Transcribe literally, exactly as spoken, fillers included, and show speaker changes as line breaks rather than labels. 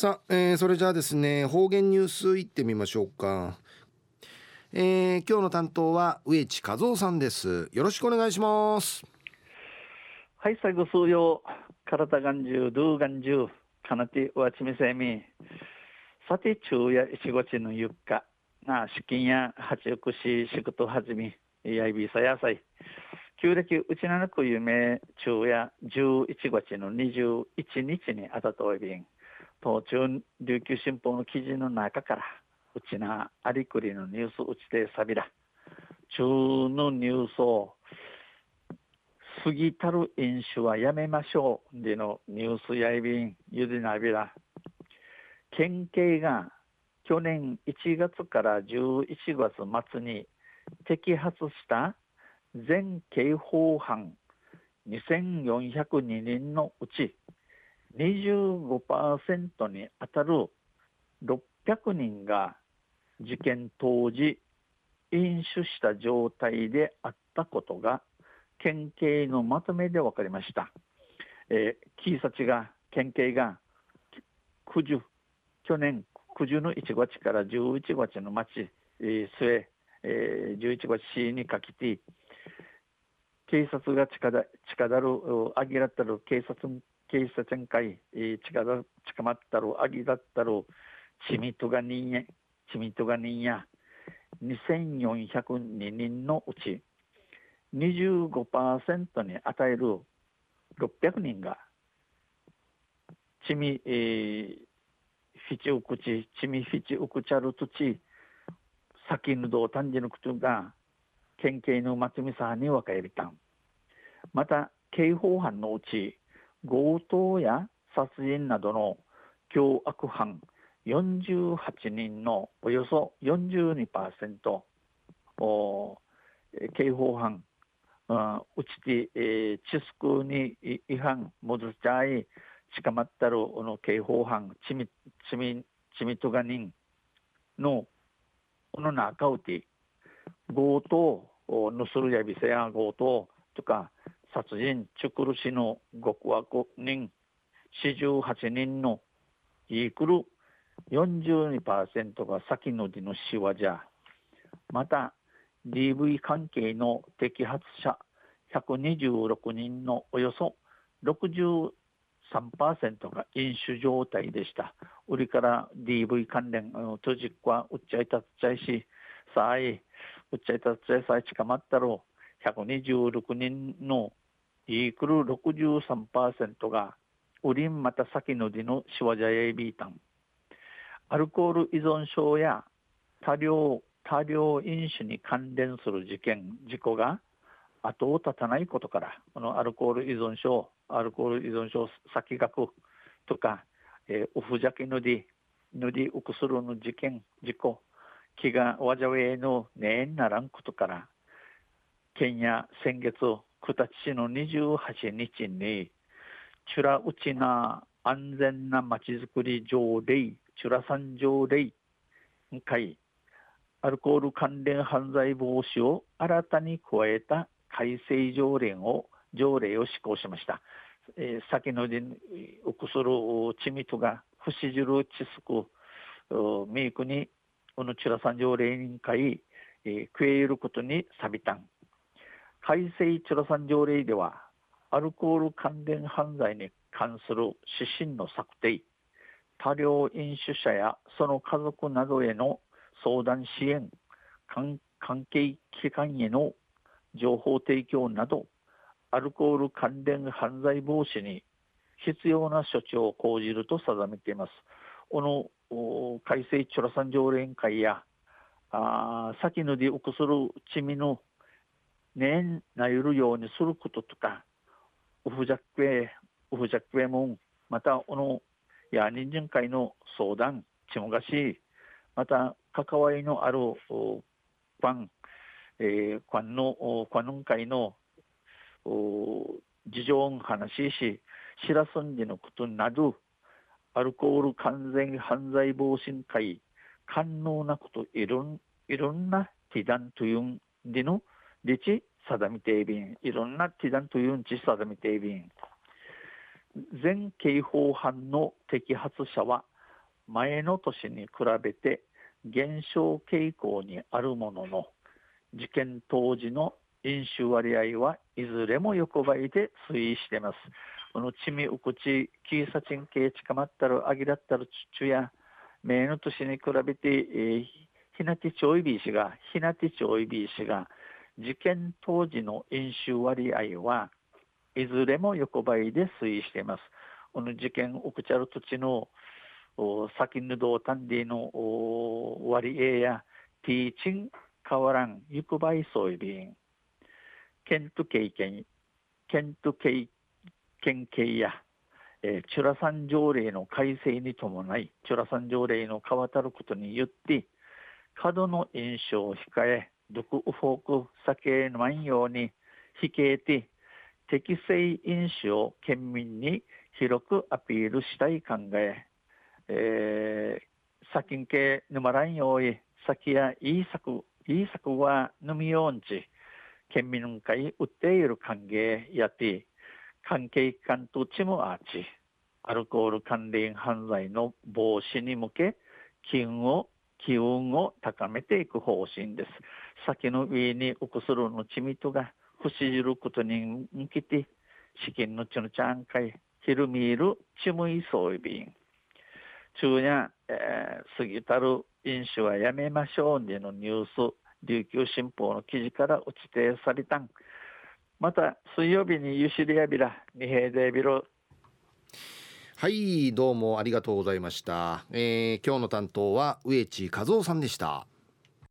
さあ、えーそれじゃあですね、方言ニュースいってみましょうか。えー今日の担当は植地和夫さんです。よろしくお願いします。
はい、最後数曜、体がんじゅう、ドゥーがんじゅう、かなてわちみせみ。さて、昼夜一月のゆっか、な、資金や八福し、しくとはじみ、やいびさやさい。旧暦うちななくゆめ、昼夜じゅういちがつのにじゅういちにちにあたとおいびん。東中琉球新報の記事の中から、うちなありくりのニュースうちでさびら。中のニュースを、過ぎたる飲酒はやめましょうでのニュースやいびんゆでなびら。県警が去年いちがつからじゅういちがつ末に摘発した全刑法犯にせんよんひゃくににんのうち にじゅうごパーセント にあたるろっぴゃくにんが事件当時飲酒した状態であったことが県警のまとめで分かりました。えー、キーサチが県警がくじゅ去年くじゅのいちがつからじゅういちがつの末、えー、末、えー、じゅういちがつにかけて警察が近だ近だるあぎらったる警察警察会、えー、近だ近まったるあぎらったるちみとが人やちみとが人やにせんよんひゃくににんのうち にじゅうごパーセント に与えるろっぴゃくにんがチミ、えー、フィチウクチ、チミフィチウクチャルトチ、サキヌドタンジのクトが県警の松見さんに分かりたん。また、刑法犯のうち、強盗や殺人などの凶悪犯よんじゅうはちにんのおよそ よんじゅうにパーセント、お刑法犯、うちて、えー、チスクに違反、もずちゃい、捕まったるの刑法犯、ちみ、ちみ、ちみとが人の、この中うて、強盗、ぬするやびせや強盗とか、殺人、チュクルシの極悪人、よんじゅうはちにんの、イークルよんじゅうにパーセントが先のじのしわじゃ。また、ディーブイ 関係の摘発者ひゃくにじゅうろくにんのおよそろくじゅうさんパーセントが飲酒状態でした。売りから ディーブイ 関連、とじっこはうっちゃいたっちゃいし、さあい、うっちゃいたっちゃいさえ捕まったろう、ひゃくにじゅうろくにんのイークルろくじゅうさんパーセントが売りんまた先のじのしわじゃやいびいたん。アルコール依存症や多量多量飲酒に関連する事件事故が後を絶たないことから、このアルコール依存症アルコール依存症先学とか、えー、ウフジャケヌディヌディウクスルの事件事故気がわじゃウのねえんならんことから、県や先月九立市のにじゅうはちにちにチュラウチナ安全なまちづくり条例チュラ三条例会アルコール関連犯罪防止を新たに加えた改正条例を条例を施行しました。えー、先のにうくするちみとが不死じるちすくメイクにこのチュラ三条例委員会、えー、食えることにさびたん。改正チュラ三条例ではアルコール関連犯罪に関する指針の策定、多量飲酒者やその家族などへの相談支援、関係機関への情報提供など、アルコール関連犯罪防止に必要な処置を講じると定めています。この改正チュラ三条例委員会や、あ先のでうくする地味の年なゆるようにすることとか、ウフジャックエ、ウフジャックエモン、また、この、や人参会の相談、ちもがし、また、関わりのある、ファン、えー、ファンの、ファン会の、事情を話しし、知らすんじのことなど、アルコール完全犯罪防止会、可能なこと、いろん、いろんな手段というんでの、でち、定めていびん、いろんな手段というんち定めていびん。全刑法犯の摘発者は前の年に比べて減少傾向にあるものの、事件当時の飲酒割合はいずれも横ばいで推移しています。このチミウクチキーサチン系近まったるアギだったるチュや前の年に比べて、えー、ひなてちょいびいしがひなてちょいびいしが事件当時の飲酒割合はいずれも横ばいで推移しています。この事件ウクチャル土地の先ぬどうたんでの割合やティーチン変わらんゆくばいそういびんケント経験ケント経県警や、えー、チュラサン条例の改正に伴いチュラサン条例の変わたることによって過度の飲酒を控え毒ウフォーク酒のまんように控えて適正飲酒を県民に広くアピールしたい考え、えー、先んけぬまらんように先やいい策いい策は飲みようんち県民会売っている歓迎やって関係機関とチムアーチアルコール関連犯罪の防止に向け機運を機運を高めていく方針です。先の上におくするのちみとが不しじることに向けて資金のちのちゃんかいひるみるちむいそういびん中や、えー、過ぎたる飲酒はやめましょうでのニュース琉球新報の記事から打ち定されたん。また水曜日にゆしりやびらにへいでびろ。
はい、どうもありがとうございました。えー、今日の担当は植地和夫さんでした。